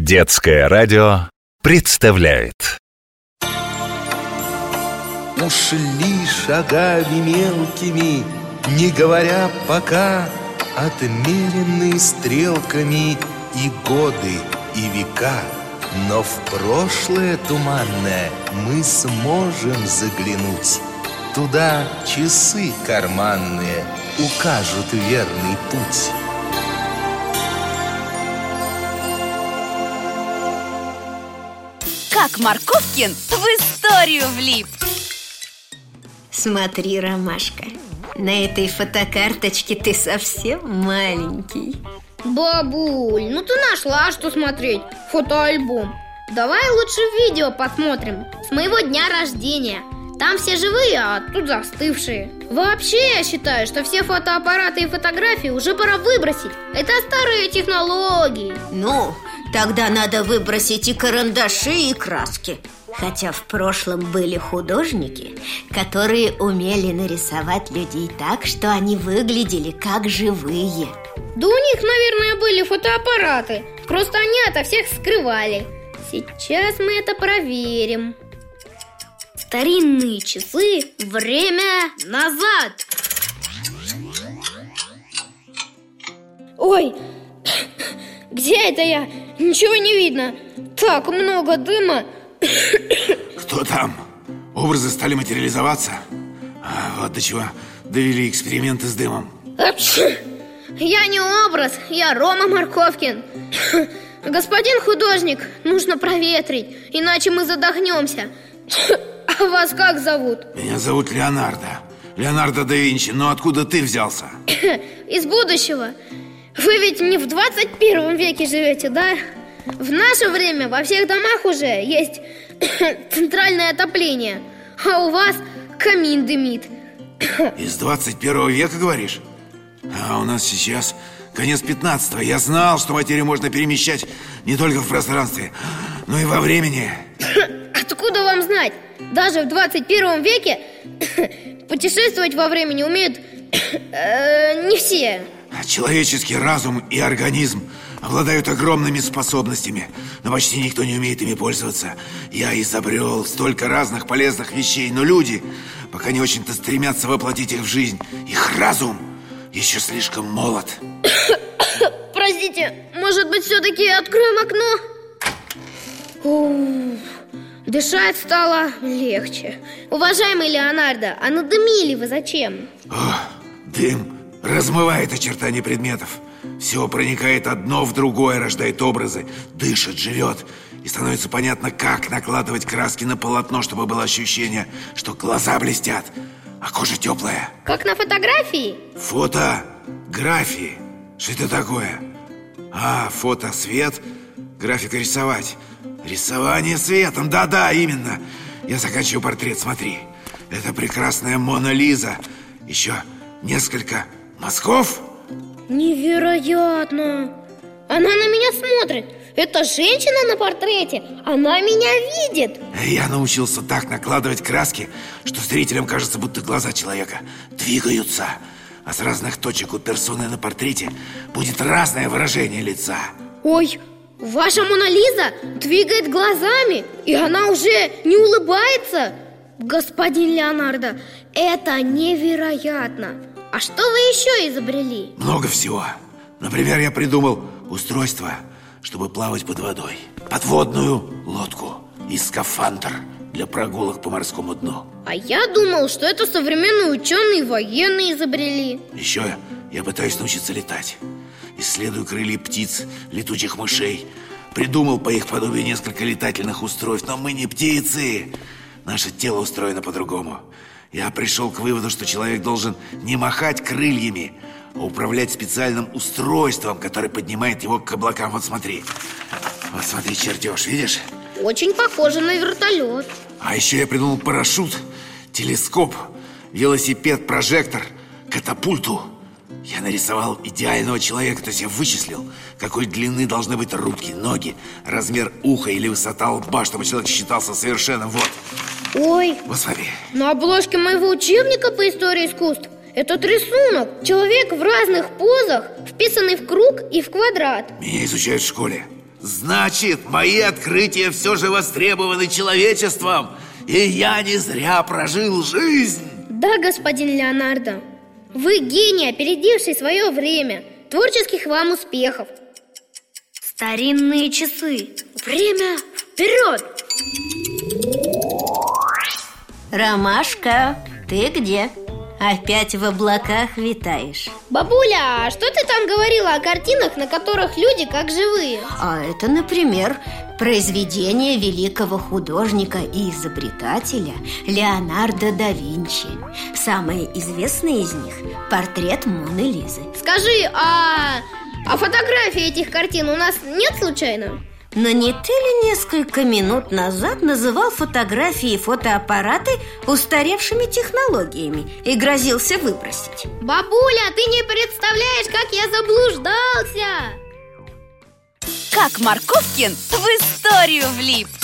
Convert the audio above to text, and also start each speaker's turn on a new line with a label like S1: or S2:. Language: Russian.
S1: Детское радио представляет.
S2: Ушли шагами мелкими, не говоря пока, отмеренные стрелками и годы, и века. Но в прошлое туманное мы сможем заглянуть. Туда часы карманные укажут верный путь.
S3: Как Марковкин в историю влип.
S4: Смотри, Ромашка, на этой фотокарточке ты совсем маленький.
S5: Бабуль, ну ты нашла, что смотреть. Фотоальбом. Давай лучше видео посмотрим с моего дня рождения. Там все живые, а тут застывшие. Вообще, я считаю, что все фотоаппараты и фотографии уже пора выбросить. Это старые технологии.
S4: Ну, тогда надо выбросить и карандаши, и краски. Хотя в прошлом были художники, которые умели нарисовать людей так, что они выглядели как живые.
S5: Да у них, наверное, были фотоаппараты. Просто они ото всех скрывали. Сейчас мы это проверим. Старинные часы. Время назад. Ой, где это я? Ничего не видно. Так много дыма.
S6: Кто там? Образы стали материализоваться. Вот до чего довели эксперименты с дымом.
S5: Я не образ, я Рома Марковкин. Господин художник, нужно проветрить, иначе мы задохнемся. А вас как зовут?
S6: Меня зовут Леонардо. Леонардо да Винчи. Но откуда ты взялся?
S5: Из будущего. Вы ведь не в 21 веке живете, да? В наше время во всех домах уже есть центральное отопление, а у вас камин дымит.
S6: Из 21 века, говоришь? А у нас сейчас конец 15-го. Я знал, что материю можно перемещать не только в пространстве, но и во времени.
S5: Откуда вам знать? Даже в 21 веке путешествовать во времени умеют не все.
S6: Человеческий разум и организм обладают огромными способностями, но почти никто не умеет ими пользоваться. Я изобрел столько разных полезных вещей, но люди пока не очень-то стремятся воплотить их в жизнь. Их разум еще слишком молод.
S5: Простите, может быть, все-таки откроем окно? Дышать стало легче. Уважаемый Леонардо, а надымили вы зачем?
S6: Дым размывает очертания предметов. Все проникает одно в другое, рождает образы, дышит, живет. И становится понятно, как накладывать краски на полотно, чтобы было ощущение, что глаза блестят, а кожа теплая.
S5: Как на фотографии?
S6: Фотографии. Что это такое? Фото, свет, графика рисовать. Рисование светом, да-да, именно. Я заканчиваю портрет, смотри. Это прекрасная Мона Лиза. Еще несколько мазков.
S5: Невероятно. Она на меня смотрит. Это женщина на портрете. Она меня видит.
S6: Я научился так накладывать краски, что зрителям кажется, будто глаза человека двигаются. А с разных точек у персоны на портрете будет разное выражение лица.
S5: Ой, ваша Мона Лиза двигает глазами, и она уже не улыбается. Господин Леонардо, это невероятно. А что вы еще изобрели?
S6: Много всего. Например, я придумал устройство, чтобы плавать под водой. Подводную лодку и скафандр для прогулок по морскому дну.
S5: А я думал, что это современные ученые и военные изобрели.
S6: Еще я пытаюсь научиться летать. Исследую крылья птиц, летучих мышей. Придумал по их подобию несколько летательных устройств. Но мы не птицы. Наше тело устроено по-другому. Я пришел к выводу, что человек должен не махать крыльями, а управлять специальным устройством, которое поднимает его к облакам. Вот смотри, чертеж, видишь?
S5: Очень похоже на вертолет.
S6: А еще я придумал парашют, телескоп, велосипед, прожектор, катапульту. Я нарисовал идеального человека, то есть я вычислил, какой длины должны быть руки, ноги, размер уха или высота лба, чтобы человек считался совершенным. Вот.
S5: Ой,
S6: вот смотри.
S5: На обложке моего учебника по истории искусств этот рисунок. Человек в разных позах, вписанный в круг и в квадрат.
S6: Меня изучают в школе. Значит, мои открытия все же востребованы человечеством, и я не зря прожил жизнь.
S5: Да, господин Леонардо, вы гений, опередивший свое время. Творческих вам успехов. Старинные часы. Время вперед!
S4: Ромашка, ты где? Опять в облаках витаешь.
S5: Бабуля, а что ты там говорила о картинах, на которых люди как живые?
S4: А это, например, произведение великого художника и изобретателя Леонардо да Винчи. Самое известное из них – портрет Моны Лизы.
S5: Скажи, а фотографии этих картин у нас нет случайно?
S4: Но не ты ли несколько минут назад называл фотографии и фотоаппараты устаревшими технологиями и грозился выбросить?
S5: Бабуля, ты не представляешь, как я заблуждался!
S3: Как Марковкин в историю влип.